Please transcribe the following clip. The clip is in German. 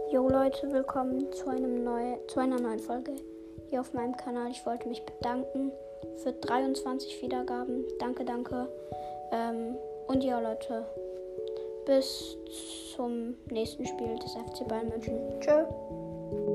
Jo Leute, willkommen zu einer neuen Folge hier auf meinem Kanal. Ich wollte mich bedanken für 23 Wiedergaben. Danke. Und ja Leute, bis zum nächsten Spiel des FC Bayern München. Tschö.